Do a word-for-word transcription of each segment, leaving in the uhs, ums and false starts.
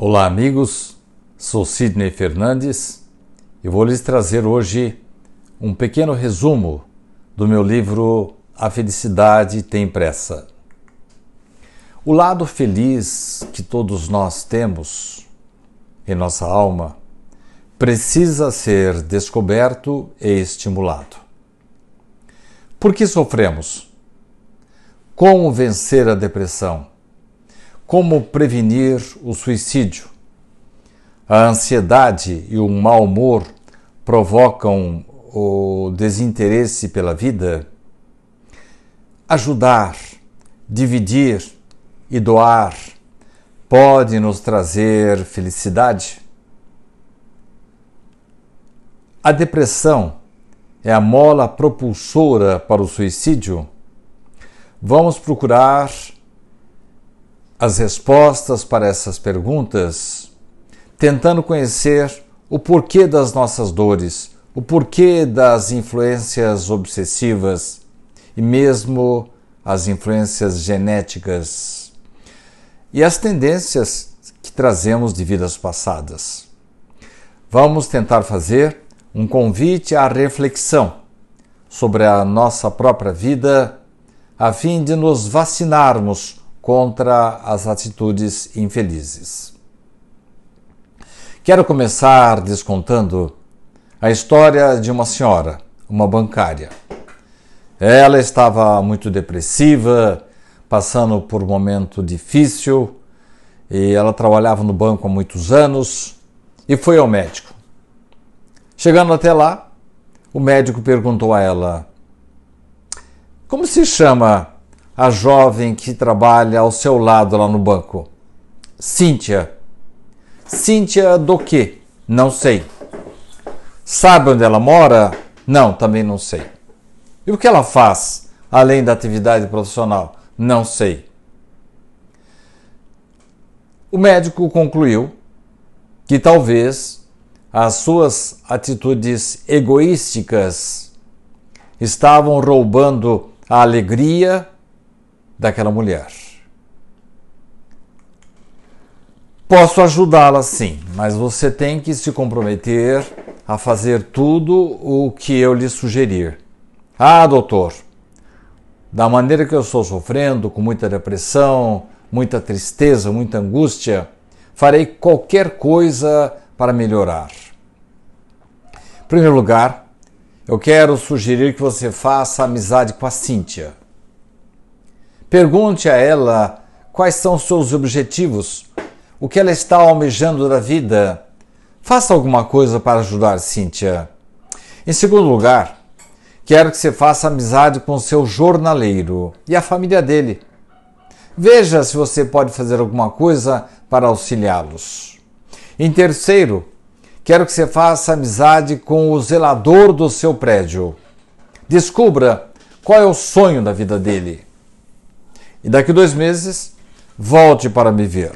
Olá amigos, sou Sidney Fernandes e vou lhes trazer hoje um pequeno resumo do meu livro A Felicidade Tem Pressa. O lado feliz que todos nós temos em nossa alma precisa ser descoberto e estimulado. Por que sofremos? Como vencer a depressão? Como prevenir o suicídio? A ansiedade e o mau humor provocam o desinteresse pela vida? Ajudar, dividir e doar pode nos trazer felicidade? A depressão é a mola propulsora para o suicídio? Vamos procurar as respostas para essas perguntas, tentando conhecer o porquê das nossas dores, o porquê das influências obsessivas e mesmo as influências genéticas e as tendências que trazemos de vidas passadas. Vamos tentar fazer um convite à reflexão sobre a nossa própria vida, a fim de nos vacinarmos contra as atitudes infelizes. Quero começar descontando a história de uma senhora, uma bancária. Ela estava muito depressiva, passando por um momento difícil, e ela trabalhava no banco há muitos anos e foi ao médico. Chegando até lá, o médico perguntou a ela: como se chama a jovem que trabalha ao seu lado lá no banco? Cíntia. Cíntia do quê? Não sei. Sabe onde ela mora? Não, também não sei. E o que ela faz, além da atividade profissional? Não sei. O médico concluiu que talvez as suas atitudes egoísticas estavam roubando a alegria daquela mulher. Posso ajudá-la sim, mas você tem que se comprometer a fazer tudo o que eu lhe sugerir. Ah, doutor, da maneira que eu estou sofrendo, com muita depressão, muita tristeza, muita angústia, farei qualquer coisa para melhorar. Em primeiro lugar, eu quero sugerir que você faça amizade com a Cíntia. Pergunte a ela quais são os seus objetivos, o que ela está almejando da vida. Faça alguma coisa para ajudar Cíntia. Em segundo lugar, quero que você faça amizade com o seu jornaleiro e a família dele. Veja se você pode fazer alguma coisa para auxiliá-los. Em terceiro, quero que você faça amizade com o zelador do seu prédio. Descubra qual é o sonho da vida dele. E daqui dois meses, volte para me ver.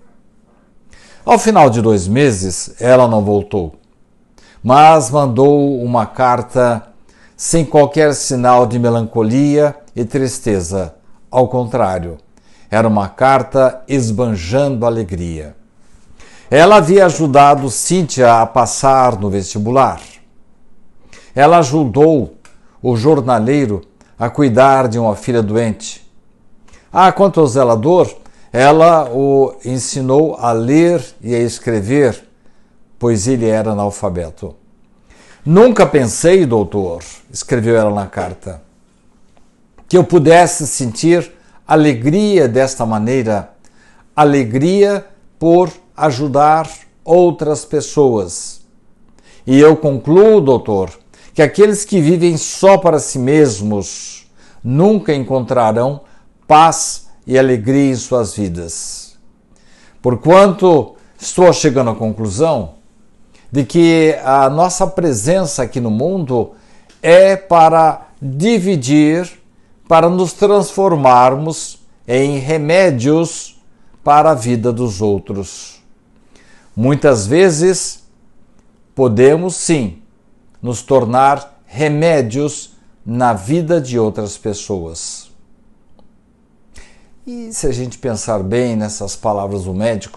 Ao final de dois meses, ela não voltou, mas mandou uma carta sem qualquer sinal de melancolia e tristeza. Ao contrário, era uma carta esbanjando alegria. Ela havia ajudado Cíntia a passar no vestibular. Ela ajudou o jornaleiro a cuidar de uma filha doente. Ah, quanto ao zelador, ela o ensinou a ler e a escrever, pois ele era analfabeto. Nunca pensei, doutor, escreveu ela na carta, que eu pudesse sentir alegria desta maneira, alegria por ajudar outras pessoas. E eu concluo, doutor, que aqueles que vivem só para si mesmos nunca encontrarão paz e alegria em suas vidas. Porquanto estou chegando à conclusão de que a nossa presença aqui no mundo é para dividir, para nos transformarmos em remédios para a vida dos outros. Muitas vezes podemos sim nos tornar remédios na vida de outras pessoas. E se a gente pensar bem nessas palavras do médico,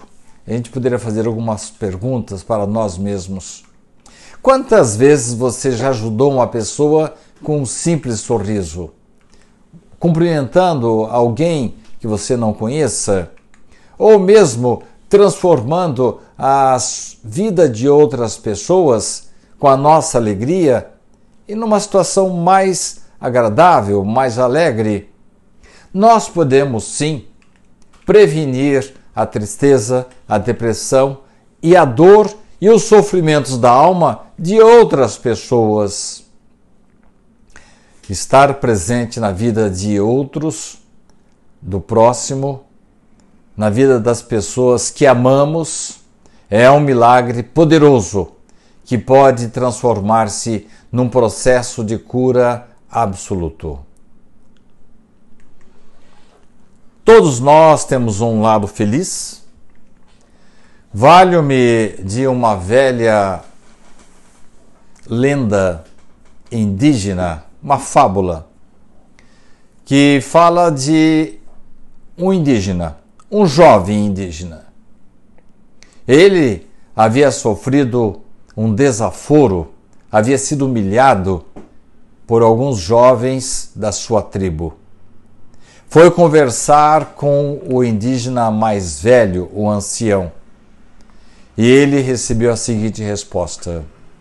a gente poderia fazer algumas perguntas para nós mesmos. Quantas vezes você já ajudou uma pessoa com um simples sorriso? Cumprimentando alguém que você não conheça? Ou mesmo transformando a vida de outras pessoas com a nossa alegria em uma situação mais agradável, mais alegre? Nós podemos sim prevenir a tristeza, a depressão e a dor e os sofrimentos da alma de outras pessoas. Estar presente na vida de outros, do próximo, na vida das pessoas que amamos, é um milagre poderoso que pode transformar-se num processo de cura absoluto. Todos nós temos um lado feliz. Valho-me de uma velha lenda indígena, uma fábula, que fala de um indígena, um jovem indígena. Ele havia sofrido um desaforo, havia sido humilhado por alguns jovens da sua tribo. Foi conversar com o indígena mais velho, o ancião, e ele recebeu a seguinte resposta: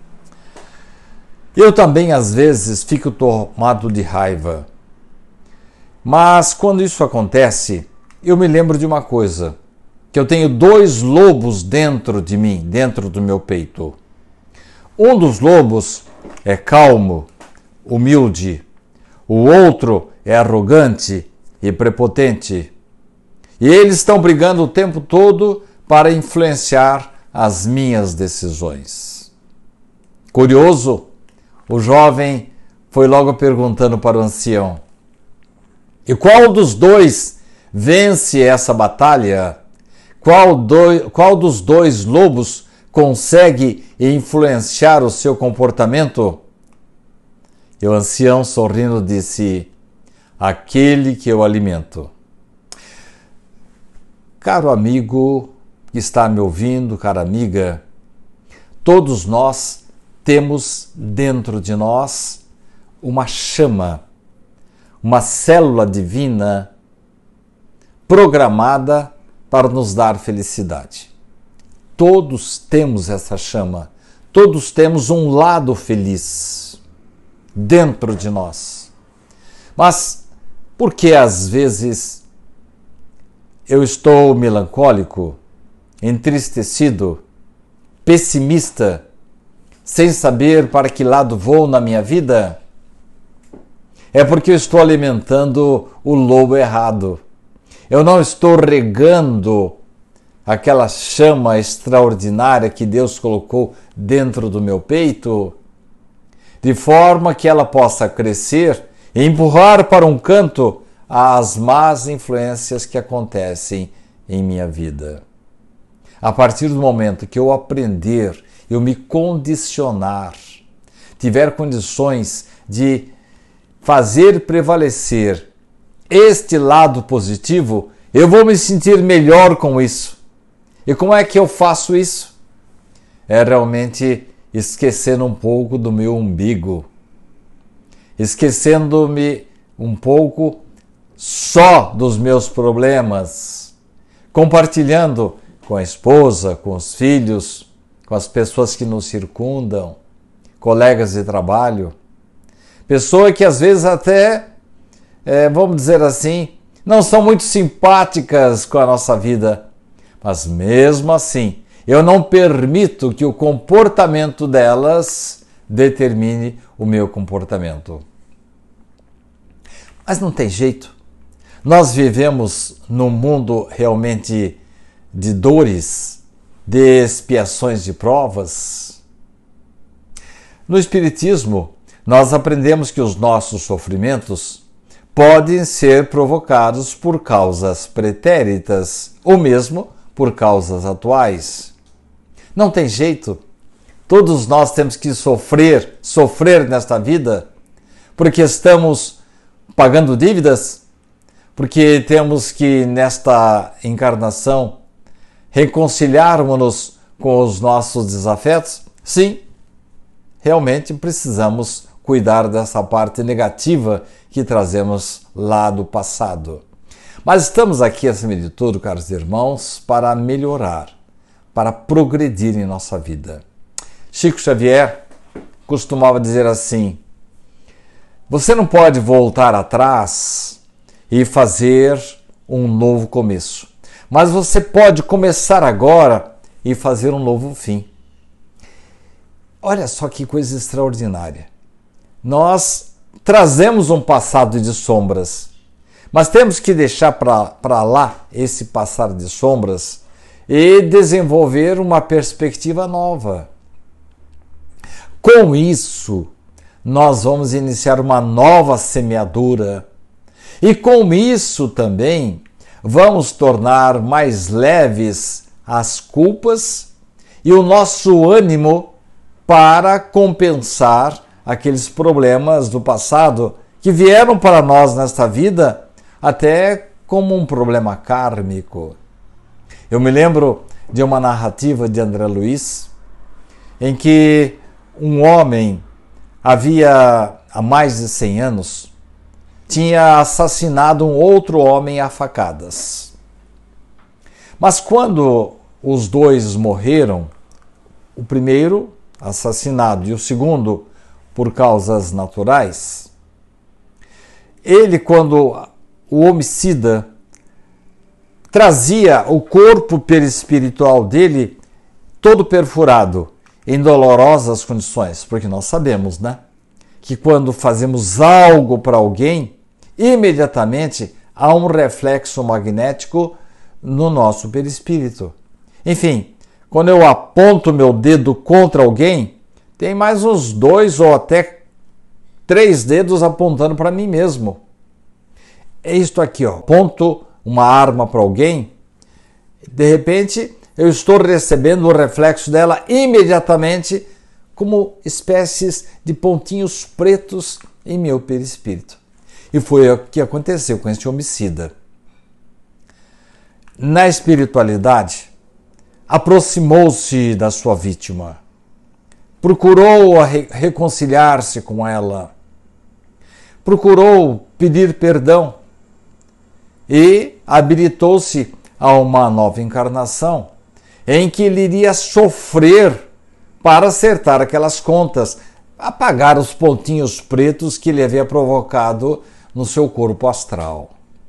eu também às vezes fico tomado de raiva, mas quando isso acontece, eu me lembro de uma coisa, que eu tenho dois lobos dentro de mim, dentro do meu peito. Um dos lobos é calmo, humilde, o outro é arrogante e prepotente. E eles estão brigando o tempo todo para influenciar as minhas decisões. Curioso, o jovem foi logo perguntando para o ancião: e qual dos dois vence essa batalha? Qual, do, qual dos dois lobos consegue influenciar o seu comportamento? E o ancião, sorrindo, disse: aquele que eu alimento. Caro amigo que está me ouvindo, cara amiga, todos nós temos dentro de nós uma chama, uma célula divina programada para nos dar felicidade. Todos temos essa chama, todos temos um lado feliz dentro de nós. Mas por que às vezes eu estou melancólico, entristecido, pessimista, sem saber para que lado vou na minha vida? É porque eu estou alimentando o lobo errado. Eu não estou regando aquela chama extraordinária que Deus colocou dentro do meu peito, de forma que ela possa crescer e empurrar para um canto as más influências que acontecem em minha vida. A partir do momento que eu aprender, eu me condicionar, tiver condições de fazer prevalecer este lado positivo, eu vou me sentir melhor com isso. E como é que eu faço isso? É realmente esquecendo um pouco do meu umbigo, esquecendo-me um pouco só dos meus problemas, compartilhando com a esposa, com os filhos, com as pessoas que nos circundam, colegas de trabalho, pessoas que às vezes até, é, vamos dizer assim, não são muito simpáticas com a nossa vida, mas mesmo assim, eu não permito que o comportamento delas determine o meu comportamento. Mas não tem jeito. Nós vivemos num mundo realmente de dores, de expiações de provas. No Espiritismo, nós aprendemos que os nossos sofrimentos podem ser provocados por causas pretéritas ou mesmo por causas atuais. Não tem jeito. Todos nós temos que sofrer, sofrer nesta vida, porque estamos pagando dívidas, porque temos que, nesta encarnação, reconciliarmos-nos com os nossos desafetos? Sim, realmente precisamos cuidar dessa parte negativa que trazemos lá do passado. Mas estamos aqui, acima de tudo, caros irmãos, para melhorar, para progredir em nossa vida. Chico Xavier costumava dizer assim: você não pode voltar atrás e fazer um novo começo, mas você pode começar agora e fazer um novo fim. Olha só que coisa extraordinária. Nós trazemos um passado de sombras, mas temos que deixar para lá esse passado de sombras e desenvolver uma perspectiva nova. Com isso, nós vamos iniciar uma nova semeadura e com isso também vamos tornar mais leves as culpas e o nosso ânimo para compensar aqueles problemas do passado que vieram para nós nesta vida até como um problema kármico. Eu me lembro de uma narrativa de André Luiz em que um homem havia há mais de cem anos tinha assassinado um outro homem a facadas. Mas quando os dois morreram, o primeiro assassinado e o segundo por causas naturais, ele, quando o homicida trazia o corpo perispiritual dele todo perfurado, em dolorosas condições, porque nós sabemos, né, que quando fazemos algo para alguém, imediatamente há um reflexo magnético no nosso perispírito. Enfim, quando eu aponto meu dedo contra alguém, tem mais uns dois ou até três dedos apontando para mim mesmo. É isto aqui, ó. Aponto uma arma para alguém, de repente eu estou recebendo o reflexo dela imediatamente como espécies de pontinhos pretos em meu perispírito. E foi o que aconteceu com este homicida. Na espiritualidade, aproximou-se da sua vítima, procurou re- reconciliar-se com ela, procurou pedir perdão e habilitou-se a uma nova encarnação em que ele iria sofrer para acertar aquelas contas, apagar os pontinhos pretos que ele havia provocado no seu corpo astral.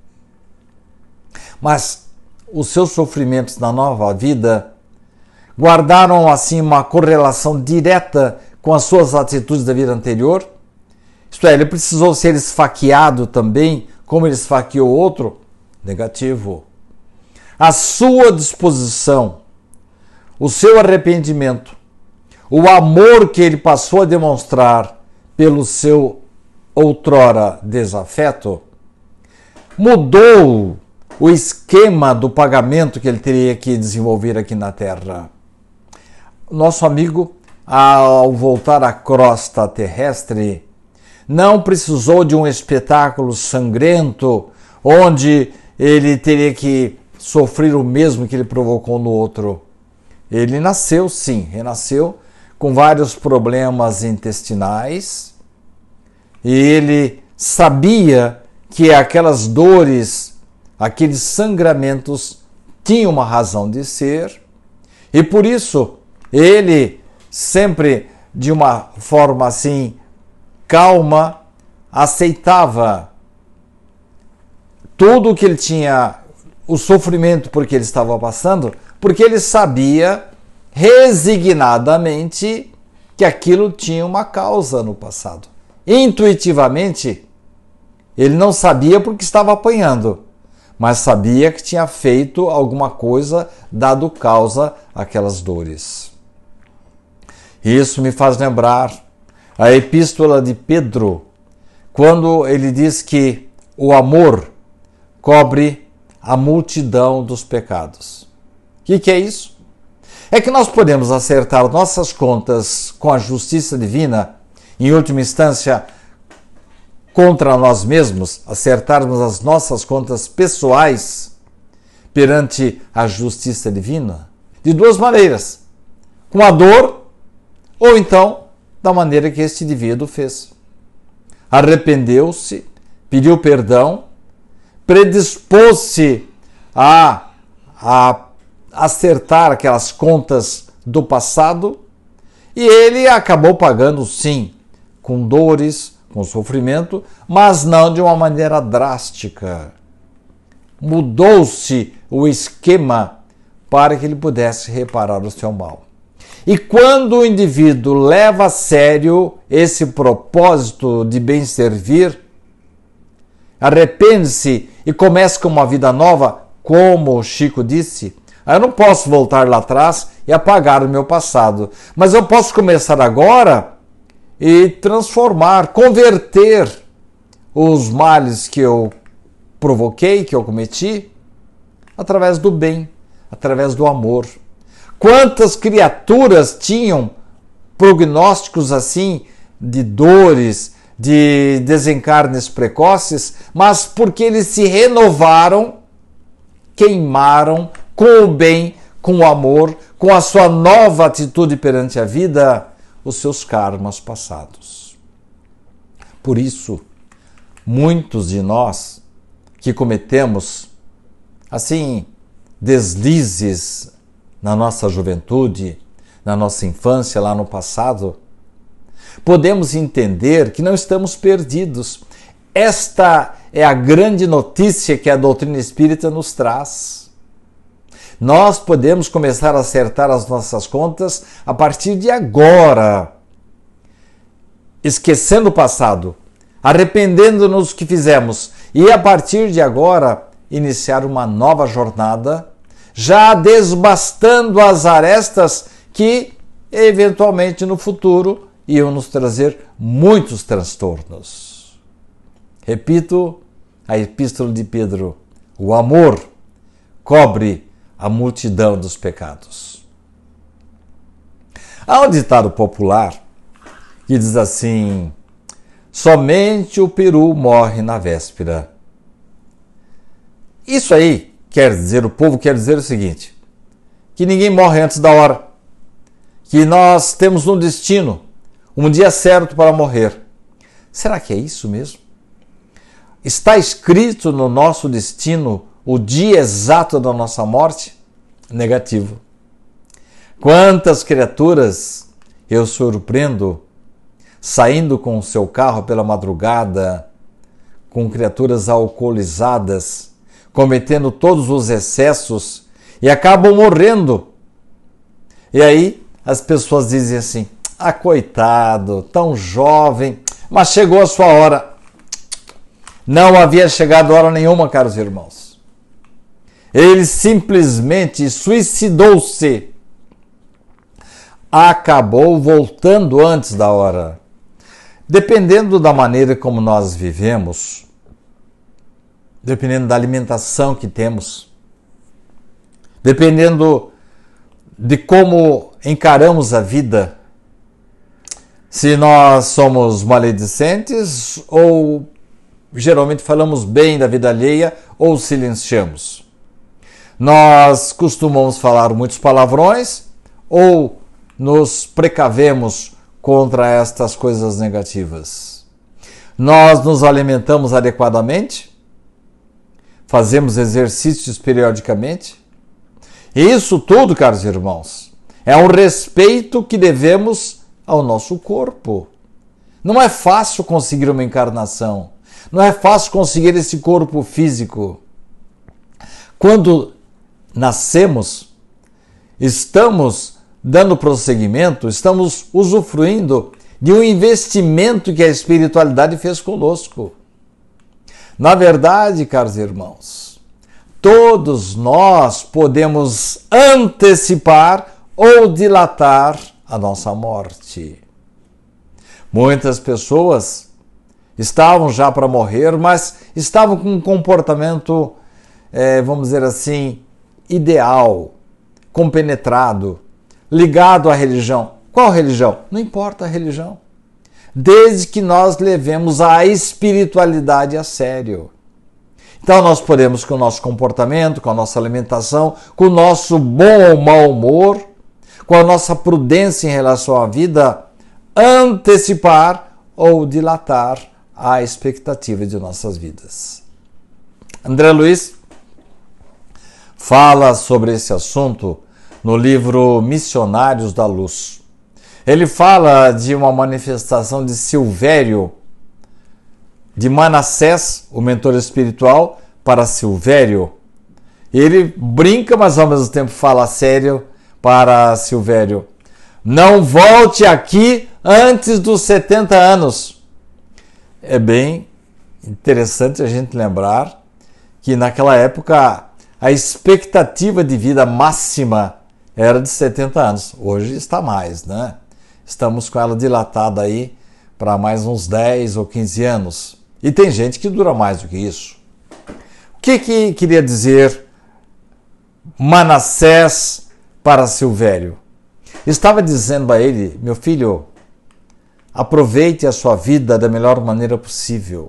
Mas os seus sofrimentos na nova vida guardaram assim uma correlação direta com as suas atitudes da vida anterior? Isto é, ele precisou ser esfaqueado também, como ele esfaqueou outro? Negativo. A sua disposição, o seu arrependimento, o amor que ele passou a demonstrar pelo seu outrora desafeto, mudou o esquema do pagamento que ele teria que desenvolver aqui na Terra. Nosso amigo, ao voltar à crosta terrestre, não precisou de um espetáculo sangrento onde ele teria que sofrer o mesmo que ele provocou no outro. Ele nasceu, sim, renasceu com vários problemas intestinais e ele sabia que aquelas dores, aqueles sangramentos tinham uma razão de ser e por isso ele sempre de uma forma assim calma aceitava tudo o que ele tinha, o sofrimento por que ele estava passando, porque ele sabia resignadamente que aquilo tinha uma causa no passado. Intuitivamente, ele não sabia porque estava apanhando, mas sabia que tinha feito alguma coisa dado causa àquelas dores. Isso me faz lembrar a epístola de Pedro, quando ele diz que o amor cobre a multidão dos pecados. O que, que é isso? É que nós podemos acertar nossas contas com a justiça divina, em última instância, contra nós mesmos, acertarmos as nossas contas pessoais, perante a justiça divina? De duas maneiras, com a dor ou então da maneira que este indivíduo fez. Arrependeu-se, pediu perdão, predispôs-se a, a acertar aquelas contas do passado e ele acabou pagando, sim, com dores, com sofrimento, mas não de uma maneira drástica. Mudou-se o esquema para que ele pudesse reparar o seu mal. E quando o indivíduo leva a sério esse propósito de bem servir, arrepende-se e começa com uma vida nova, como o Chico disse, eu não posso voltar lá atrás e apagar o meu passado, mas eu posso começar agora e transformar, converter os males que eu provoquei, que eu cometi, através do bem, através do amor. Quantas criaturas tinham prognósticos assim de dores, de desencarnes precoces, mas porque eles se renovaram, queimaram com o bem, com o amor, com a sua nova atitude perante a vida, os seus karmas passados. Por isso, muitos de nós que cometemos assim deslizes na nossa juventude, na nossa infância, lá no passado, podemos entender que não estamos perdidos. Esta é a grande notícia que a doutrina espírita nos traz. Nós podemos começar a acertar as nossas contas a partir de agora, esquecendo o passado, arrependendo-nos do que fizemos e a partir de agora iniciar uma nova jornada, já desbastando as arestas que eventualmente no futuro iam nos trazer muitos transtornos. Repito a epístola de Pedro: o amor cobre a multidão dos pecados. Há um ditado popular que diz assim: somente o peru morre na véspera. Isso aí quer dizer, o povo quer dizer o seguinte, que ninguém morre antes da hora, que nós temos um destino, um dia certo para morrer. Será que é isso mesmo? Está escrito no nosso destino o dia exato da nossa morte? Negativo. Quantas criaturas eu surpreendo saindo com o seu carro pela madrugada, com criaturas alcoolizadas, cometendo todos os excessos e acabam morrendo. E aí as pessoas dizem assim: ah, coitado, tão jovem, mas chegou a sua hora. Não havia chegado hora nenhuma, caros irmãos. Ele simplesmente suicidou-se. Acabou voltando antes da hora. Dependendo da maneira como nós vivemos, dependendo da alimentação que temos, dependendo de como encaramos a vida, se nós somos maledicentes ou geralmente falamos bem da vida alheia ou silenciamos. Nós costumamos falar muitos palavrões ou nos precavemos contra estas coisas negativas. Nós nos alimentamos adequadamente? Fazemos exercícios periodicamente? E isso tudo, caros irmãos, é um respeito que devemos ao nosso corpo. Não é fácil conseguir uma encarnação. Não é fácil conseguir esse corpo físico. Quando nascemos, estamos dando prosseguimento, estamos usufruindo de um investimento que a espiritualidade fez conosco. Na verdade, caros irmãos, todos nós podemos antecipar ou dilatar a nossa morte. Muitas pessoas estavam já para morrer, mas estavam com um comportamento, é, vamos dizer assim, ideal, compenetrado, ligado à religião. Qual religião? Não importa a religião. Desde que nós levemos a espiritualidade a sério. Então nós podemos, com o nosso comportamento, com a nossa alimentação, com o nosso bom ou mau humor, com a nossa prudência em relação à vida, antecipar ou dilatar a expectativa de nossas vidas. André Luiz fala sobre esse assunto no livro Missionários da Luz. Ele fala de uma manifestação de Silvério, de Manassés, o mentor espiritual, para Silvério. Ele brinca, mas ao mesmo tempo fala sério para Silvério. Não volte aqui antes dos setenta anos. É bem interessante a gente lembrar que naquela época a expectativa de vida máxima era de setenta anos. Hoje está mais, né? Estamos com ela dilatada aí para mais uns dez ou quinze anos. E tem gente que dura mais do que isso. O que, que queria dizer Manassés para Silvério? Estava dizendo a ele, meu filho, aproveite a sua vida da melhor maneira possível.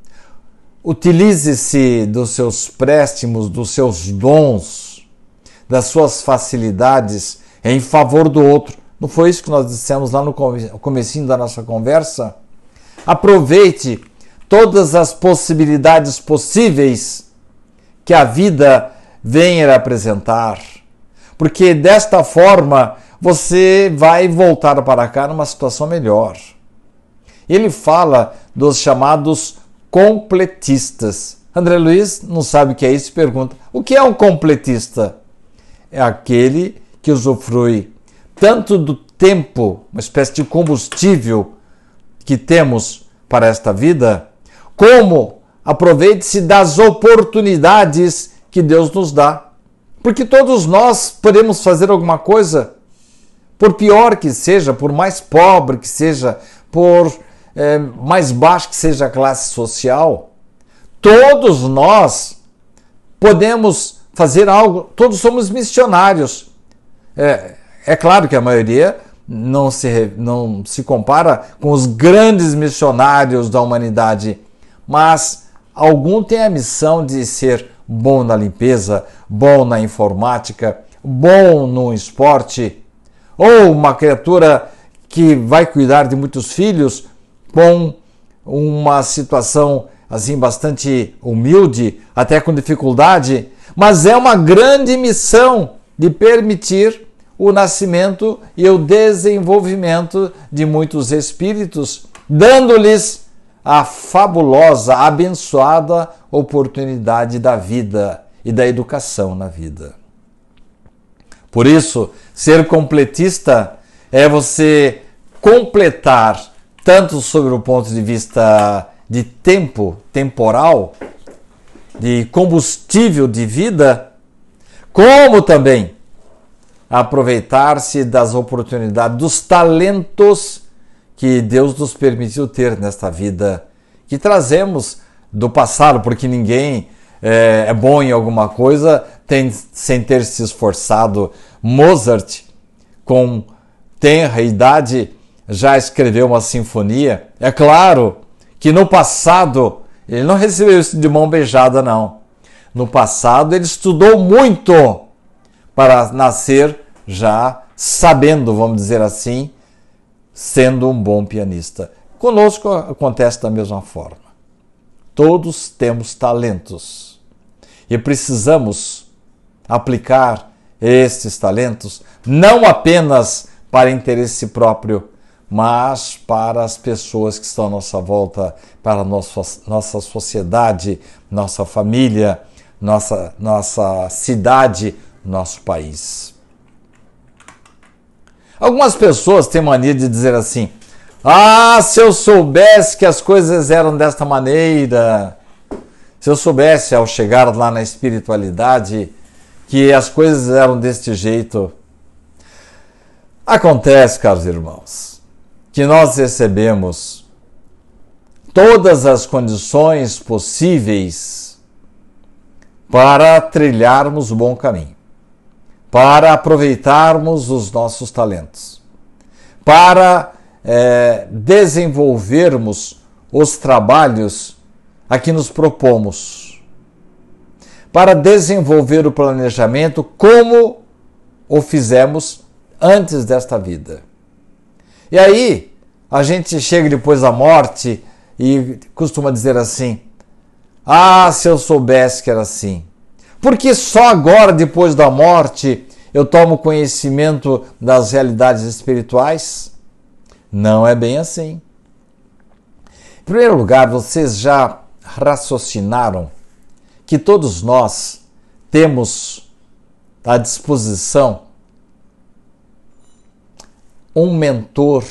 Utilize-se dos seus préstimos, dos seus dons, das suas facilidades em favor do outro. Não foi isso que nós dissemos lá no comecinho da nossa conversa? Aproveite todas as possibilidades possíveis que a vida venha a apresentar, porque desta forma você vai voltar para cá numa situação melhor. Ele fala dos chamados completistas. André Luiz não sabe o que é isso e pergunta, o que é um completista? É aquele que usufrui tanto do tempo, uma espécie de combustível que temos para esta vida, como aproveite-se das oportunidades que Deus nos dá. Porque todos nós podemos fazer alguma coisa, por pior que seja, por mais pobre que seja, por é, mais baixo que seja a classe social, todos nós podemos fazer algo, todos somos missionários. É, é claro que a maioria não se, não se compara com os grandes missionários da humanidade, mas algum tem a missão de ser bom na limpeza, bom na informática, bom no esporte, ou uma criatura que vai cuidar de muitos filhos com uma situação assim bastante humilde, até com dificuldade, mas é uma grande missão de permitir o nascimento e o desenvolvimento de muitos espíritos, dando-lhes a fabulosa, abençoada oportunidade da vida e da educação na vida. Por isso, ser completista é você completar, tanto sobre o ponto de vista de tempo, temporal, de combustível de vida, como também aproveitar-se das oportunidades, dos talentos que Deus nos permitiu ter nesta vida, que trazemos do passado, porque ninguém é, é bom em alguma coisa tem, sem ter se esforçado. Mozart, com tenra idade, já escreveu uma sinfonia. É claro que no passado ele não recebeu isso de mão beijada, não. No passado ele estudou muito para nascer já sabendo, vamos dizer assim, sendo um bom pianista. Conosco acontece da mesma forma. Todos temos talentos e precisamos aplicar esses talentos não apenas para interesse próprio, mas para as pessoas que estão à nossa volta, para a nossa, nossa sociedade, nossa família, nossa, nossa cidade, nosso país. Algumas pessoas têm mania de dizer assim, ah, se eu soubesse que as coisas eram desta maneira, se eu soubesse ao chegar lá na espiritualidade que as coisas eram deste jeito. Acontece, caros irmãos, que nós recebemos todas as condições possíveis para trilharmos o bom caminho, para aproveitarmos os nossos talentos, para é, desenvolvermos os trabalhos a que nos propomos. para desenvolver o planejamento como o fizemos antes desta vida. E aí, a gente chega depois da morte e costuma dizer assim: ah, se eu soubesse que era assim. Porque só agora, depois da morte, eu tomo conhecimento das realidades espirituais? Não é bem assim. Em primeiro lugar, vocês já raciocinaram que todos nós temos à disposição um mentor,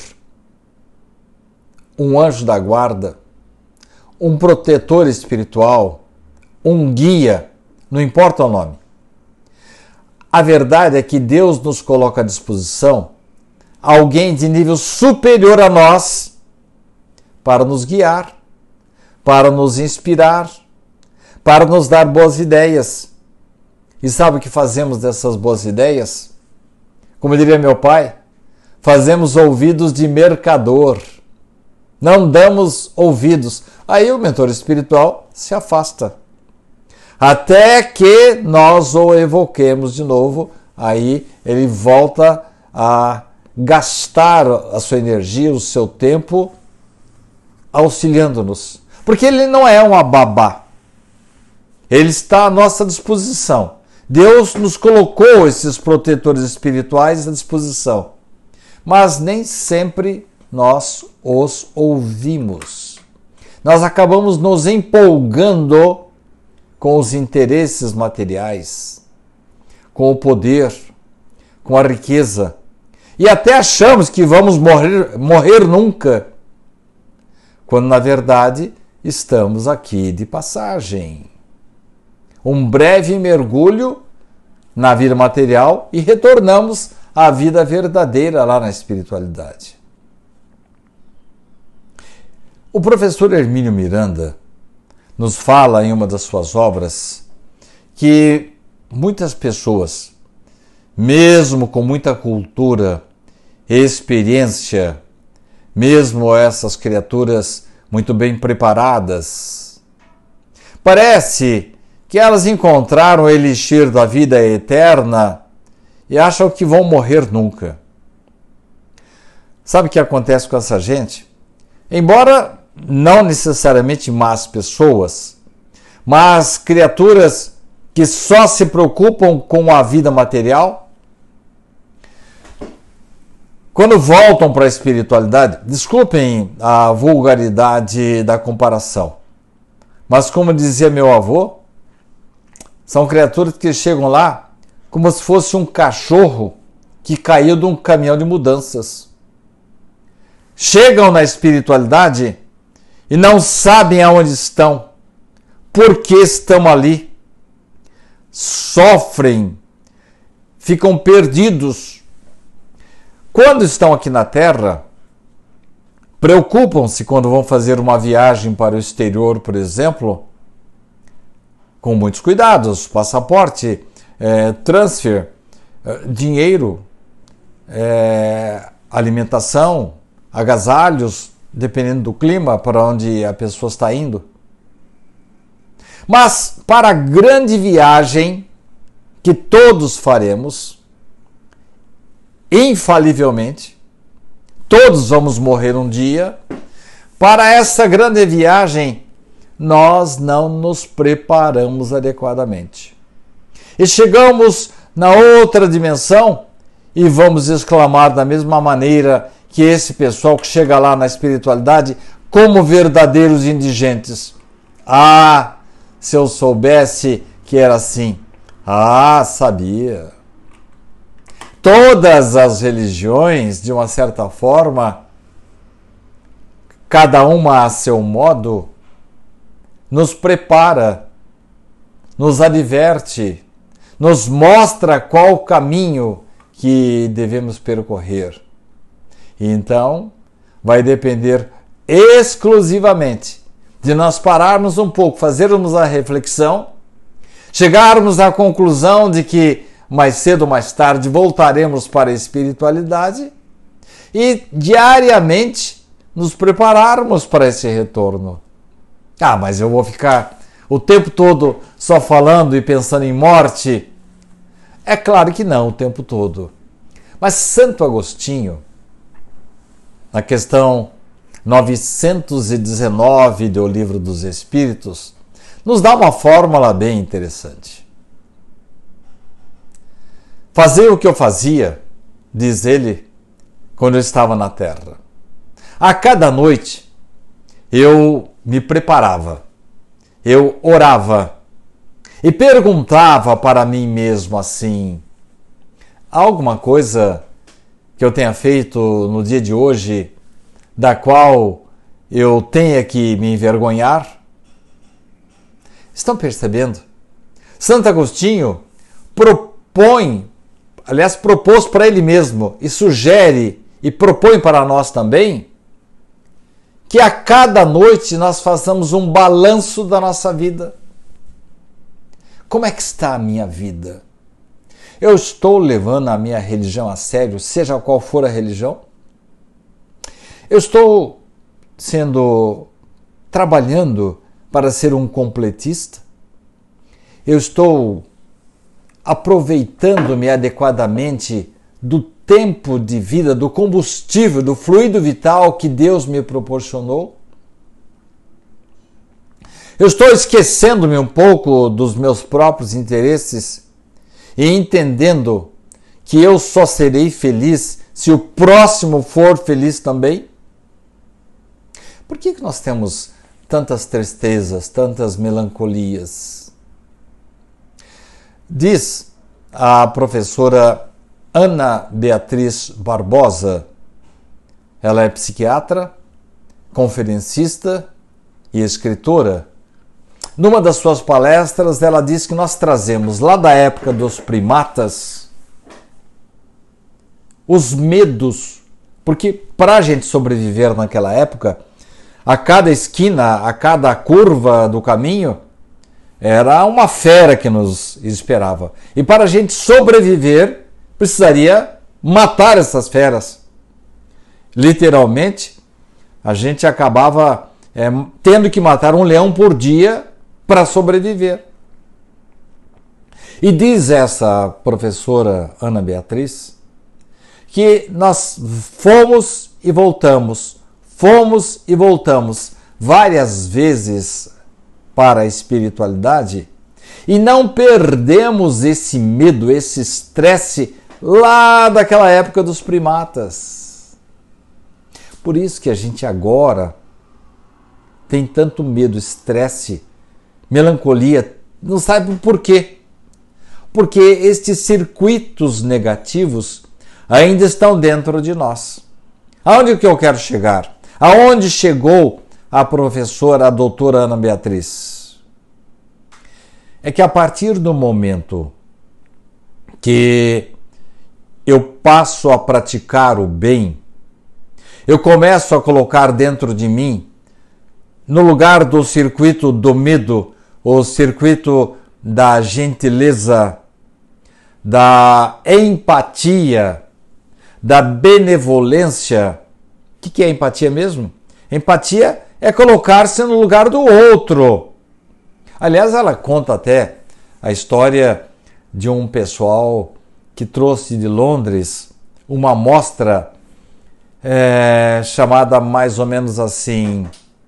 um anjo da guarda, um protetor espiritual, um guia, não importa o nome. A verdade é que Deus nos coloca à disposição alguém de nível superior a nós para nos guiar, para nos inspirar, para nos dar boas ideias. E sabe o que fazemos dessas boas ideias? Como diria meu pai, fazemos ouvidos de mercador. Não damos ouvidos. Aí o mentor espiritual se afasta. Até que nós o evoquemos de novo, aí ele volta a gastar a sua energia, o seu tempo, auxiliando-nos. Porque ele não é uma babá. Ele está à nossa disposição. Deus nos colocou esses protetores espirituais à disposição. Mas nem sempre nós os ouvimos. Nós acabamos nos empolgando com os interesses materiais, com o poder, com a riqueza. E até achamos que vamos morrer, morrer nunca, quando na verdade estamos aqui de passagem. Um breve mergulho na vida material e retornamos à vida verdadeira lá na espiritualidade. O professor Hermínio Miranda nos fala em uma das suas obras que muitas pessoas, mesmo com muita cultura e experiência, mesmo essas criaturas muito bem preparadas, parece que elas encontraram o elixir da vida eterna e acham que vão morrer nunca. Sabe o que acontece com essa gente? Embora não necessariamente más pessoas, mas criaturas que só se preocupam com a vida material, quando voltam para a espiritualidade, desculpem a vulgaridade da comparação, mas como dizia meu avô, são criaturas que chegam lá como se fosse um cachorro que caiu de um caminhão de mudanças. Chegam na espiritualidade e não sabem aonde estão, por que estão ali. Sofrem, ficam perdidos. Quando estão aqui na Terra, preocupam-se quando vão fazer uma viagem para o exterior, por exemplo, com muitos cuidados, passaporte, é, transfer, é, dinheiro, é, alimentação, agasalhos, dependendo do clima para onde a pessoa está indo. Mas para a grande viagem que todos faremos, infalivelmente, todos vamos morrer um dia, para essa grande viagem nós não nos preparamos adequadamente. E chegamos na outra dimensão e vamos exclamar da mesma maneira que esse pessoal que chega lá na espiritualidade como verdadeiros indigentes. Ah, se eu soubesse que era assim. Ah, sabia. Todas as religiões, de uma certa forma, cada uma a seu modo, nos prepara, nos adverte, nos mostra qual o caminho que devemos percorrer. E então, vai depender exclusivamente de nós pararmos um pouco, fazermos a reflexão, chegarmos à conclusão de que mais cedo ou mais tarde voltaremos para a espiritualidade e diariamente nos prepararmos para esse retorno. Ah, mas eu vou ficar o tempo todo só falando e pensando em morte? É claro que não, o tempo todo. Mas Santo Agostinho, na questão novecentos e dezenove do Livro dos Espíritos, nos dá uma fórmula bem interessante. Fazer o que eu fazia, diz ele, quando eu estava na Terra. A cada noite eu me preparava, eu orava e perguntava para mim mesmo assim: há alguma coisa que eu tenha feito no dia de hoje da qual eu tenha que me envergonhar? Estão percebendo? Santo Agostinho propõe, aliás, propôs para ele mesmo e sugere e propõe para nós também que a cada noite nós façamos um balanço da nossa vida. Como é que está a minha vida? Eu estou levando a minha religião a sério, seja qual for a religião? Eu estou sendo, trabalhando para ser um completista? Eu estou aproveitando-me adequadamente do tempo de vida, do combustível, do fluido vital que Deus me proporcionou? Eu estou esquecendo-me um pouco dos meus próprios interesses e entendendo que eu só serei feliz se o próximo for feliz também? Por que que nós temos tantas tristezas, tantas melancolias? Diz a professora Ana Beatriz Barbosa, ela é psiquiatra, conferencista e escritora. Numa das suas palestras, ela diz que nós trazemos lá da época dos primatas os medos, porque para a gente sobreviver naquela época, a cada esquina, a cada curva do caminho, era uma fera que nos esperava. E para a gente sobreviver, precisaria matar essas feras. Literalmente, a gente acabava é, tendo que matar um leão por dia para sobreviver. E diz essa professora Ana Beatriz que nós fomos e voltamos, fomos e voltamos várias vezes para a espiritualidade e não perdemos esse medo, esse estresse lá daquela época dos primatas. Por isso que a gente agora tem tanto medo, estresse, melancolia, não sabe por quê. Porque estes circuitos negativos ainda estão dentro de nós. Aonde que eu quero chegar? Aonde chegou a professora, a doutora Ana Beatriz? É que a partir do momento que eu passo a praticar o bem, eu começo a colocar dentro de mim, no lugar do circuito do medo, o circuito da gentileza, da empatia, da benevolência. O que é empatia mesmo? Empatia é colocar-se no lugar do outro. Aliás, ela conta até a história de um pessoal que trouxe de Londres uma amostra é, chamada mais ou menos assim.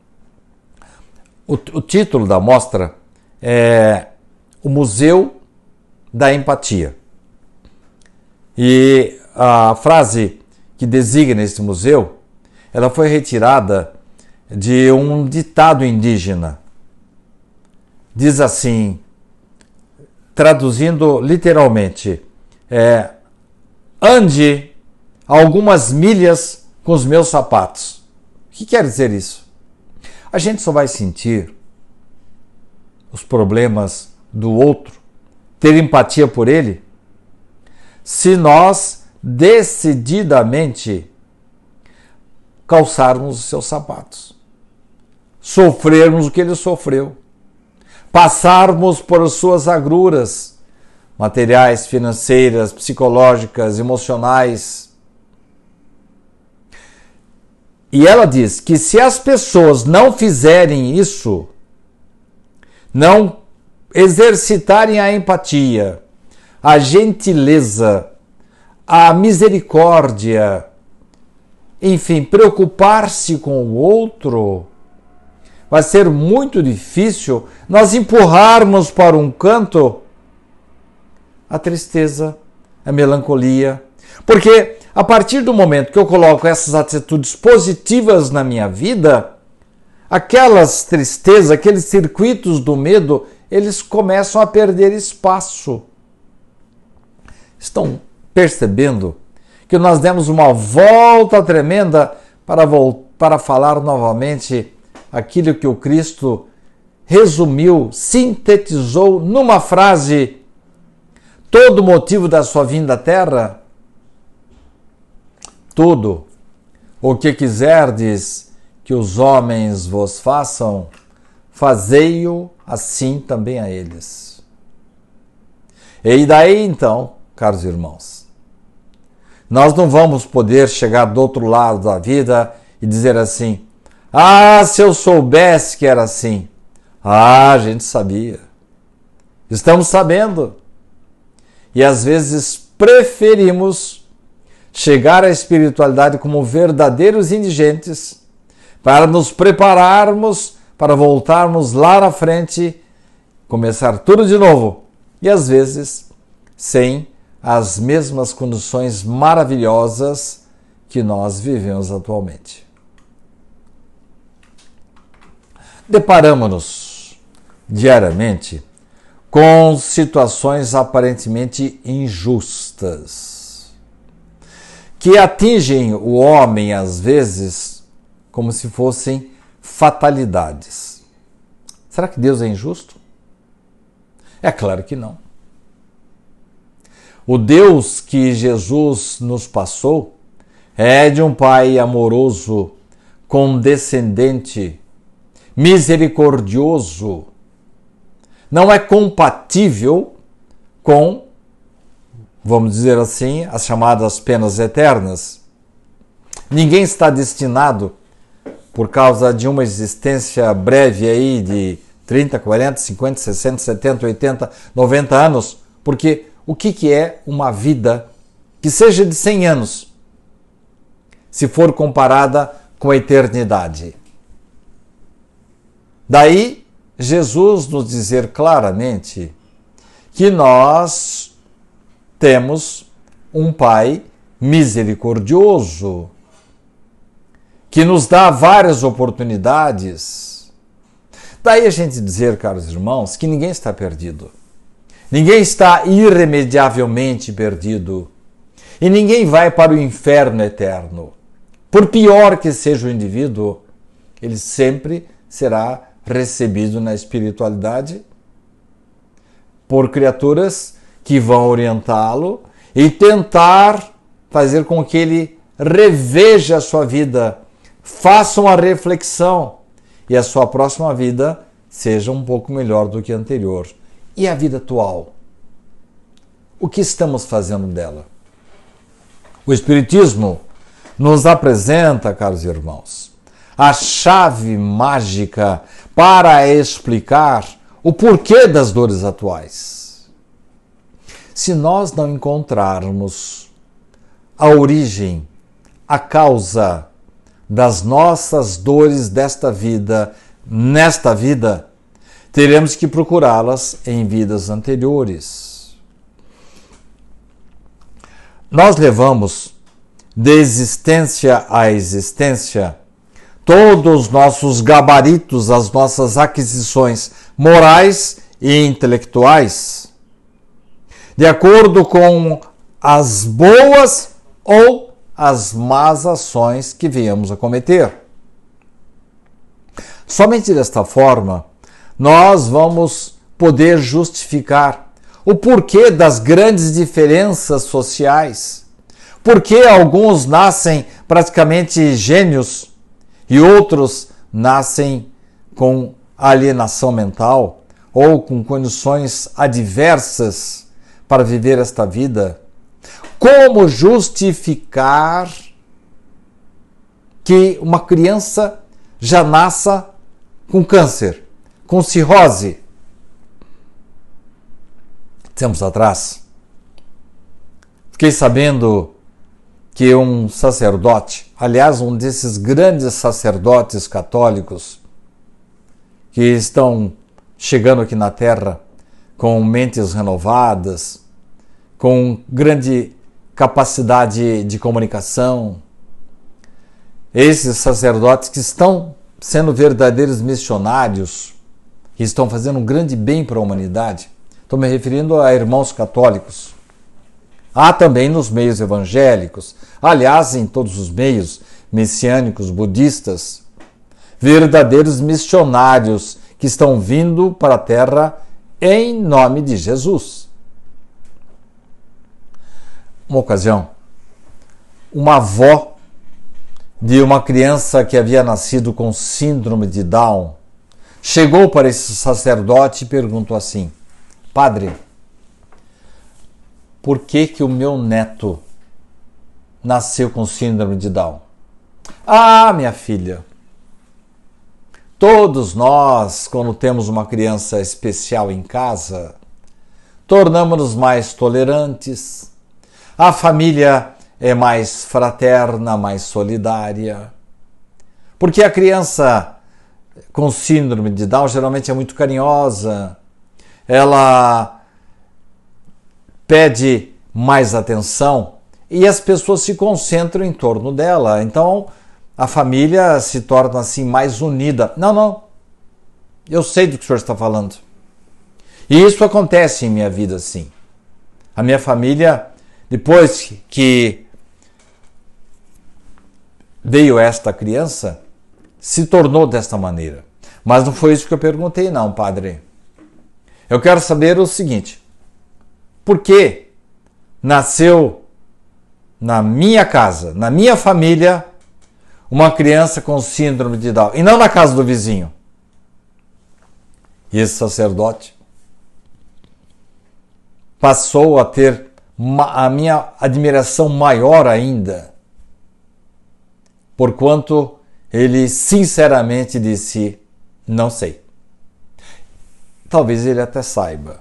O, o título da amostra é O Museu da Empatia. E a frase que designa esse museu, ela foi retirada de um ditado indígena. Diz assim, traduzindo literalmente, é, ande algumas milhas com os meus sapatos. O que quer dizer isso? A gente só vai sentir os problemas do outro, ter empatia por ele, se nós decididamente calçarmos os seus sapatos, sofrermos o que ele sofreu, passarmos por suas agruras materiais, financeiras, psicológicas, emocionais. E ela diz que se as pessoas não fizerem isso, não exercitarem a empatia, a gentileza, a misericórdia, enfim, preocupar-se com o outro, vai ser muito difícil nós empurrarmos para um canto a tristeza, a melancolia. Porque a partir do momento que eu coloco essas atitudes positivas na minha vida, aquelas tristezas, aqueles circuitos do medo, eles começam a perder espaço. Estão percebendo que nós demos uma volta tremenda para, para falar novamente aquilo que o Cristo resumiu, sintetizou numa frase: todo o motivo da sua vinda à Terra? Tudo o que quiserdes que os homens vos façam, fazei-o assim também a eles. E daí então, caros irmãos, nós não vamos poder chegar do outro lado da vida e dizer assim: ah, se eu soubesse que era assim. Ah, a gente sabia. Estamos sabendo. E às vezes preferimos chegar à espiritualidade como verdadeiros indigentes para nos prepararmos para voltarmos lá na frente, começar tudo de novo. E às vezes sem as mesmas condições maravilhosas que nós vivemos atualmente. Deparamos-nos diariamente com situações aparentemente injustas, que atingem o homem às vezes como se fossem fatalidades. Será que Deus é injusto? É claro que não. O Deus que Jesus nos passou é de um Pai amoroso, condescendente, misericordioso. Não é compatível com, vamos dizer assim, as chamadas penas eternas. Ninguém está destinado, por causa de uma existência breve aí de trinta, quarenta, cinquenta, sessenta, setenta, oitenta, noventa anos, porque o que, que é uma vida que seja de cem anos, se for comparada com a eternidade? Daí, Jesus nos dizer claramente que nós temos um Pai misericordioso, que nos dá várias oportunidades. Daí a gente dizer, caros irmãos, que ninguém está perdido. Ninguém está irremediavelmente perdido. E ninguém vai para o inferno eterno. Por pior que seja o indivíduo, ele sempre será recebido na espiritualidade por criaturas que vão orientá-lo e tentar fazer com que ele reveja a sua vida, faça uma reflexão e a sua próxima vida seja um pouco melhor do que a anterior. E a vida atual? O que estamos fazendo dela? O Espiritismo nos apresenta, caros irmãos, a chave mágica para explicar o porquê das dores atuais. Se nós não encontrarmos a origem, a causa das nossas dores desta vida, nesta vida, teremos que procurá-las em vidas anteriores. Nós levamos de existência a existência todos os nossos gabaritos, as nossas aquisições morais e intelectuais, de acordo com as boas ou as más ações que viemos a cometer. Somente desta forma, nós vamos poder justificar o porquê das grandes diferenças sociais, porque alguns nascem praticamente gênios e outros nascem com alienação mental ou com condições adversas para viver esta vida. Como justificar que uma criança já nasça com câncer, com cirrose? tempos atrás, fiquei sabendo que um sacerdote, aliás, um desses grandes sacerdotes católicos que estão chegando aqui na Terra com mentes renovadas, com grande capacidade de comunicação, esses sacerdotes que estão sendo verdadeiros missionários, que estão fazendo um grande bem para a humanidade. Estou me referindo a irmãos católicos. Há também nos meios evangélicos, aliás, em todos os meios messiânicos, budistas, verdadeiros missionários que estão vindo para a Terra em nome de Jesus. Uma ocasião, uma avó de uma criança que havia nascido com síndrome de Down chegou para esse sacerdote e perguntou assim: Padre, por que que o meu neto nasceu com síndrome de Down? Ah, minha filha, todos nós, quando temos uma criança especial em casa, tornamos-nos mais tolerantes, a família é mais fraterna, mais solidária, porque a criança com síndrome de Down geralmente é muito carinhosa, ela pede mais atenção e as pessoas se concentram em torno dela. Então, a família se torna assim mais unida. Não, não. Eu sei do que o senhor está falando. E isso acontece em minha vida, sim. A minha família, depois que veio esta criança, se tornou desta maneira. Mas não foi isso que eu perguntei, não, padre. Eu quero saber o seguinte: por que nasceu na minha casa, na minha família, uma criança com síndrome de Down e não na casa do vizinho? E esse sacerdote passou a ter a minha admiração maior ainda, porquanto ele sinceramente disse: não sei. Talvez ele até saiba.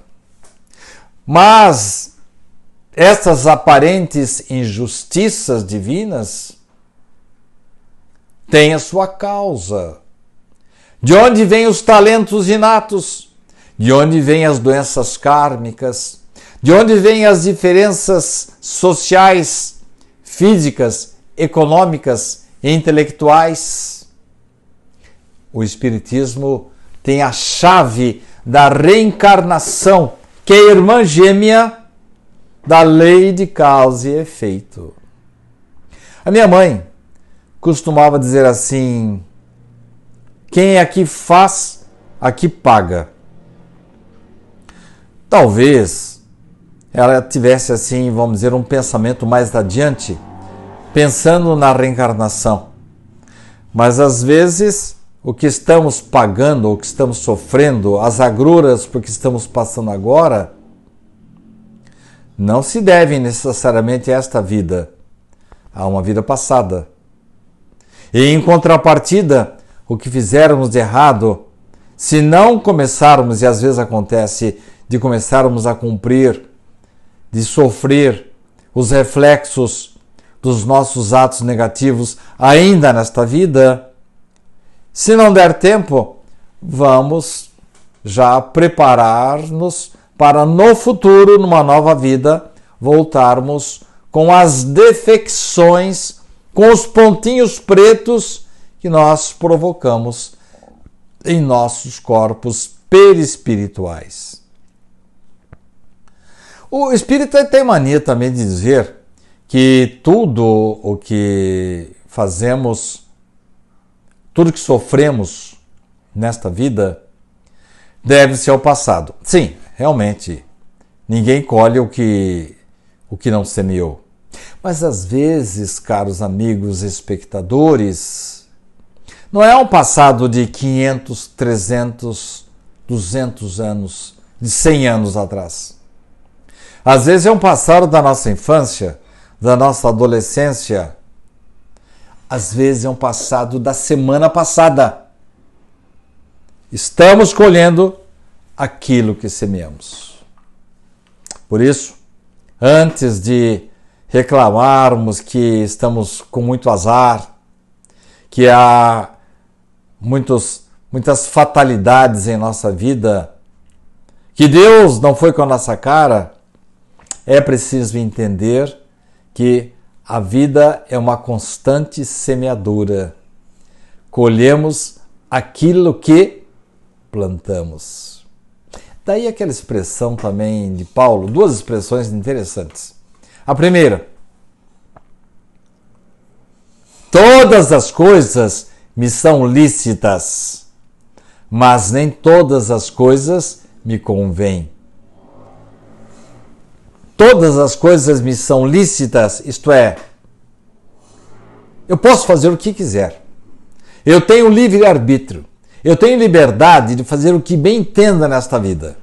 Mas essas aparentes injustiças divinas têm a sua causa. De onde vêm os talentos inatos? De onde vêm as doenças kármicas? De onde vêm as diferenças sociais, físicas, econômicas e intelectuais? O Espiritismo tem a chave da reencarnação, que é a irmã gêmea da lei de causa e efeito. A minha mãe costumava dizer assim: quem aqui faz, aqui paga. Talvez ela tivesse assim, vamos dizer, um pensamento mais adiante, pensando na reencarnação. Mas às vezes o que estamos pagando, o que estamos sofrendo, as agruras porque estamos passando agora, não se devem necessariamente a esta vida, a uma vida passada. E em contrapartida, o que fizermos de errado, se não começarmos, e às vezes acontece, de começarmos a cumprir, de sofrer os reflexos dos nossos atos negativos ainda nesta vida, se não der tempo, vamos já preparar-nos para no futuro, numa nova vida, voltarmos com as defecções, com os pontinhos pretos que nós provocamos em nossos corpos perispirituais. O espírita tem mania também de dizer que tudo o que fazemos, tudo que sofremos nesta vida deve-se ao passado. Sim, realmente, ninguém colhe o que, o que não semeou. Mas às vezes, caros amigos espectadores, não é um passado de quinhentos, trezentos, duzentos anos, de cem anos atrás. Às vezes é um passado da nossa infância, da nossa adolescência. Às vezes é um passado da semana passada. Estamos colhendo aquilo que semeamos. Por isso, antes de reclamarmos que estamos com muito azar, que há muitos, muitas fatalidades em nossa vida, que Deus não foi com a nossa cara, é preciso entender que a vida é uma constante semeadura. Colhemos aquilo que plantamos. Daí aquela expressão também de Paulo, duas expressões interessantes. A primeira: todas as coisas me são lícitas, mas nem todas as coisas me convêm. Todas as coisas me são lícitas, isto é, eu posso fazer o que quiser. Eu tenho livre-arbítrio. Eu tenho liberdade de fazer o que bem entenda nesta vida.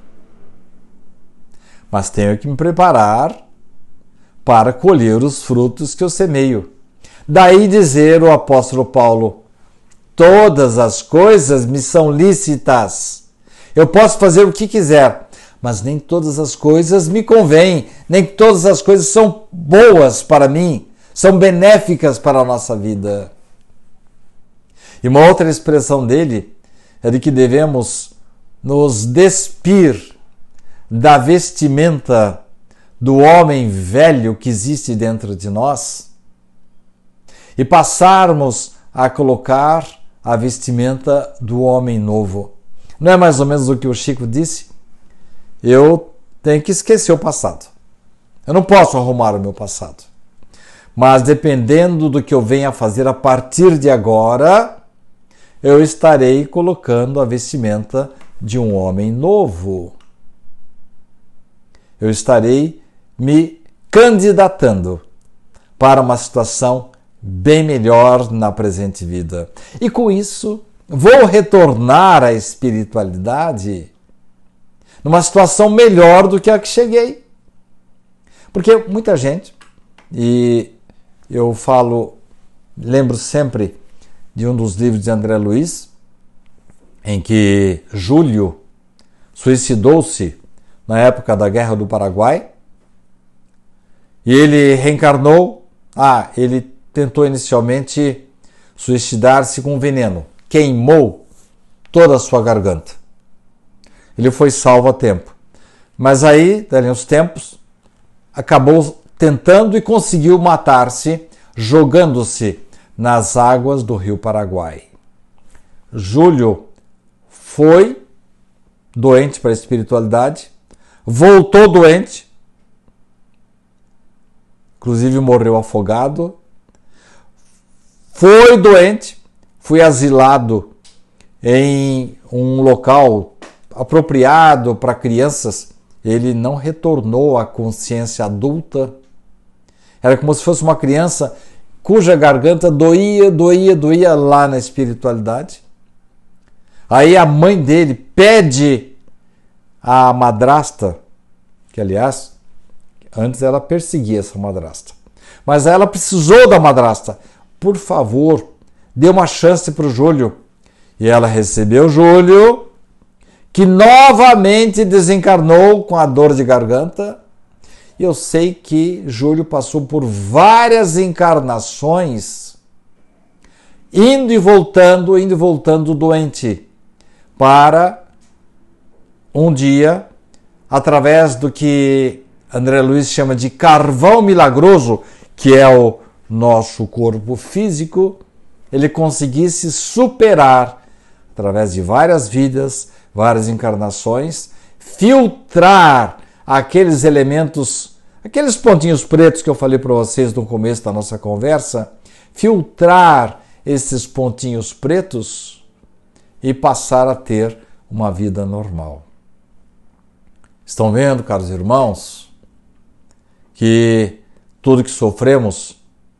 Mas tenho que me preparar para colher os frutos que eu semeio. Daí dizer o apóstolo Paulo: todas as coisas me são lícitas. Eu posso fazer o que quiser, mas nem todas as coisas me convêm, nem todas as coisas são boas para mim, são benéficas para a nossa vida. E uma outra expressão dele é de que devemos nos despir da vestimenta do homem velho que existe dentro de nós e passarmos a colocar a vestimenta do homem novo. Não é mais ou menos o que o Chico disse? Eu tenho que esquecer o passado. Eu não posso arrumar o meu passado. Mas dependendo do que eu venha a fazer a partir de agora, eu estarei colocando a vestimenta de um homem novo. Eu estarei me candidatando para uma situação bem melhor na presente vida. E com isso, vou retornar à espiritualidade numa situação melhor do que a que cheguei. Porque muita gente, e eu falo, lembro sempre de um dos livros de André Luiz, em que Júlio suicidou-se na época da Guerra do Paraguai, e ele reencarnou. Ah, ele tentou inicialmente suicidar-se com veneno, queimou toda a sua garganta. Ele foi salvo a tempo. Mas aí, dali uns tempos, acabou tentando e conseguiu matar-se, jogando-se nas águas do rio Paraguai. Júlio foi doente para a espiritualidade, voltou doente, inclusive morreu afogado, foi doente, foi asilado em um local apropriado para crianças. Ele não retornou à consciência adulta. Era como se fosse uma criança cuja garganta doía, doía, doía lá na espiritualidade. Aí a mãe dele pede à madrasta, que aliás, antes ela perseguia essa madrasta, mas ela precisou da madrasta. Por favor, dê uma chance para o Júlio. E ela recebeu Júlio, que novamente desencarnou com a dor de garganta. E eu sei que Júlio passou por várias encarnações, indo e voltando, indo e voltando doente, para um dia, através do que André Luiz chama de carvão milagroso, que é o nosso corpo físico, ele conseguisse superar, através de várias vidas, várias encarnações, filtrar aqueles elementos, aqueles pontinhos pretos que eu falei para vocês no começo da nossa conversa, filtrar esses pontinhos pretos e passar a ter uma vida normal. Estão vendo, caros irmãos, que tudo que sofremos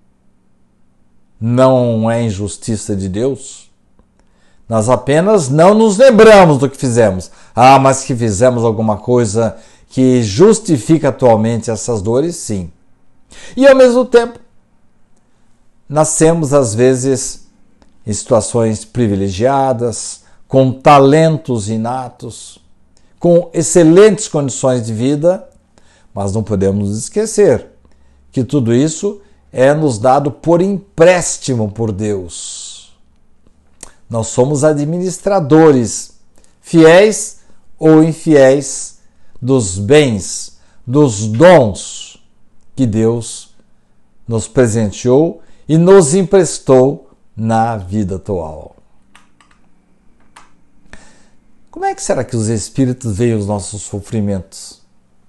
não é injustiça de Deus? Nós apenas não nos lembramos do que fizemos. Ah, mas que fizemos alguma coisa que justifica atualmente essas dores, sim. E ao mesmo tempo, nascemos às vezes em situações privilegiadas, com talentos inatos, com excelentes condições de vida, Mas não podemos nos esquecer que tudo isso é nos dado por empréstimo por Deus. Nós somos administradores, fiéis ou infiéis, dos bens, dos dons que Deus nos presenteou e nos emprestou na vida atual. Como é que será que os Espíritos veem os nossos sofrimentos?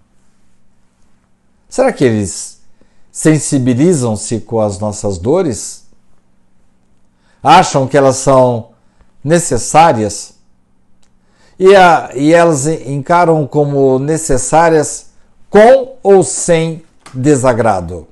Será que eles sensibilizam-se com as nossas dores? Acham que elas são necessárias? E, a, e elas encaram como necessárias com ou sem desagrado?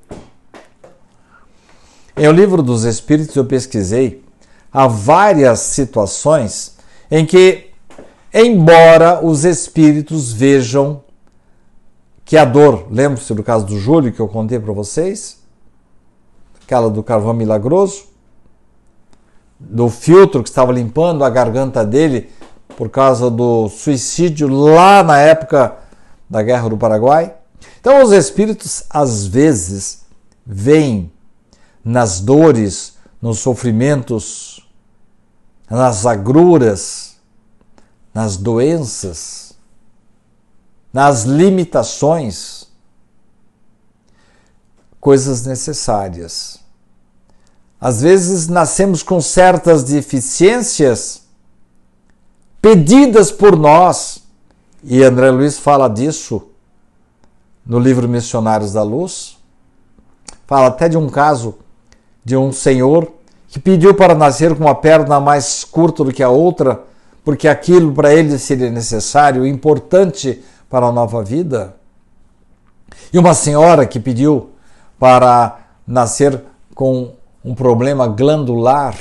Em O Livro dos Espíritos eu pesquisei, há várias situações em que, embora os espíritos vejam que a dor, lembra-se do caso do Júlio que eu contei para vocês? Aquela do carvão milagroso, do filtro que estava limpando a garganta dele por causa do suicídio lá na época da Guerra do Paraguai. Então os espíritos às vezes veem nas dores, nos sofrimentos, nas agruras, nas doenças, nas limitações, coisas necessárias. Às vezes nascemos com certas deficiências pedidas por nós, e André Luiz fala disso no livro Missionários da Luz. Fala até de um caso de um senhor que pediu para nascer com uma perna mais curta do que a outra, porque aquilo para ele seria necessário, importante para a nova vida. E uma senhora que pediu para nascer com um problema glandular,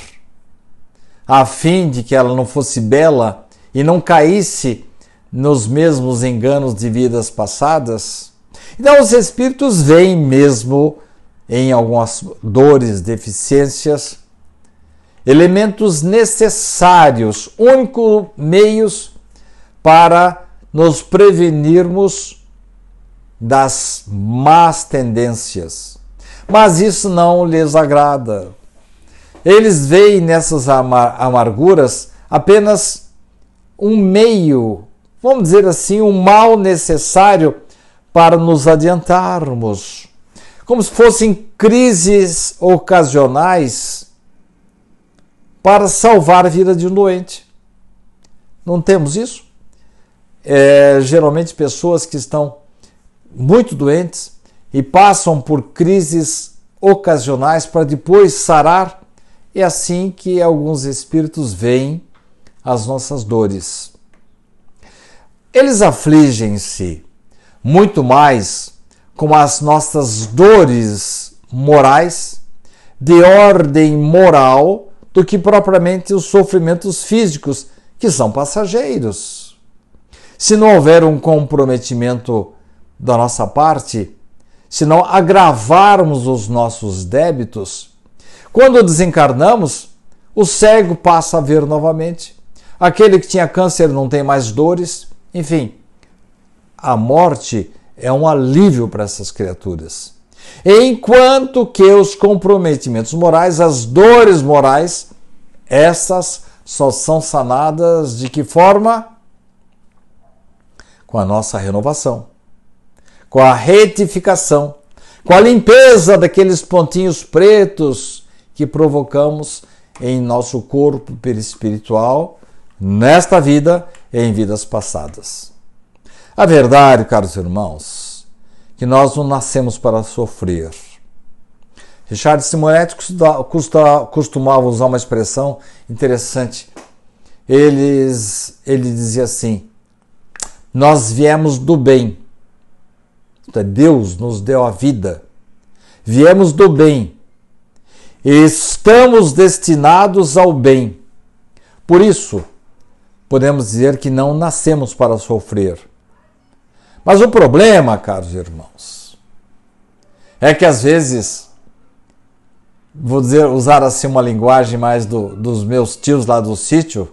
a fim de que ela não fosse bela e não caísse nos mesmos enganos de vidas passadas. Então os espíritos veem mesmo em algumas dores, deficiências, elementos necessários, únicos meios para nos prevenirmos das más tendências. Mas isso não lhes agrada. Eles veem nessas amarguras apenas um meio, vamos dizer assim, um mal necessário para nos adiantarmos, como se fossem crises ocasionais para salvar a vida de um doente. Não temos isso? É, geralmente pessoas que estão muito doentes e passam por crises ocasionais para depois sarar. É assim que alguns espíritos veem as nossas dores. Eles afligem-se muito mais com as nossas dores morais, de ordem moral, do que propriamente os sofrimentos físicos, que são passageiros. Se não houver um comprometimento da nossa parte, se não agravarmos os nossos débitos, quando desencarnamos, o cego passa a ver novamente, aquele que tinha câncer não tem mais dores, enfim, a morte é um alívio para essas criaturas. Enquanto que os comprometimentos morais, as dores morais, essas só são sanadas de que forma? Com a nossa renovação, com a retificação, com a limpeza daqueles pontinhos pretos que provocamos em nosso corpo perispiritual, nesta vida e em vidas passadas. A verdade, caros irmãos, que nós não nascemos para sofrer. Richard Simonetti costumava usar uma expressão interessante. Eles, ele dizia assim: nós viemos do bem. Deus nos deu a vida. Viemos do bem. E estamos destinados ao bem. Por isso, podemos dizer que não nascemos para sofrer. Mas o problema, caros irmãos, é que às vezes, vou dizer, usar assim uma linguagem mais do, dos meus tios lá do sítio,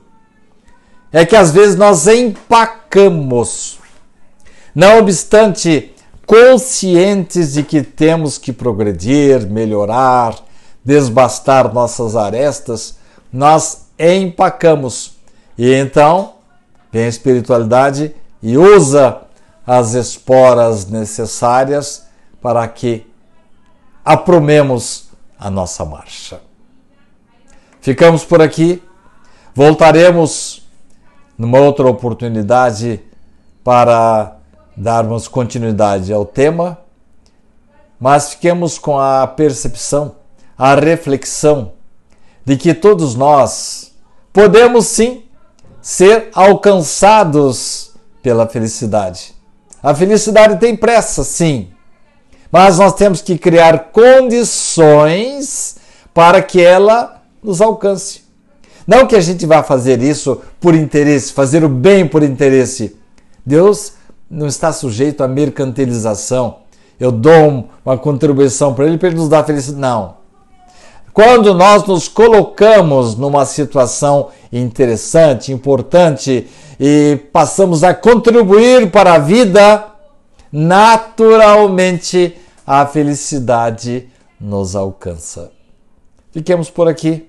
é que às vezes nós empacamos. Não obstante conscientes de que temos que progredir, melhorar, desbastar nossas arestas, nós empacamos. E então vem a espiritualidade e usa as esporas necessárias para que aprumemos a nossa marcha. Ficamos por aqui. Voltaremos numa outra oportunidade para darmos continuidade ao tema, mas fiquemos com a percepção, a reflexão de que todos nós podemos sim ser alcançados pela felicidade. A felicidade tem pressa, sim, mas nós temos que criar condições para que ela nos alcance. Não que a gente vá fazer isso por interesse, fazer o bem por interesse. Deus não está sujeito à mercantilização. Eu dou uma contribuição para Ele para Ele nos dar felicidade. Não. Quando nós nos colocamos numa situação interessante, importante e passamos a contribuir para a vida, naturalmente a felicidade nos alcança. Fiquemos por aqui.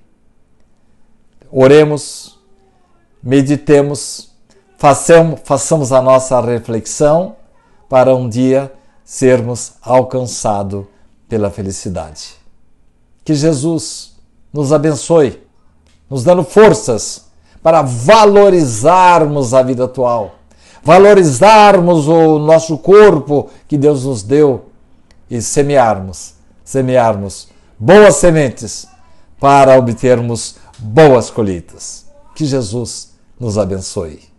Oremos, meditemos, façamos, façamos a nossa reflexão para um dia sermos alcançados pela felicidade. Que Jesus nos abençoe, nos dando forças para valorizarmos a vida atual, valorizarmos o nosso corpo que Deus nos deu e semearmos, semearmos boas sementes para obtermos boas colheitas. Que Jesus nos abençoe.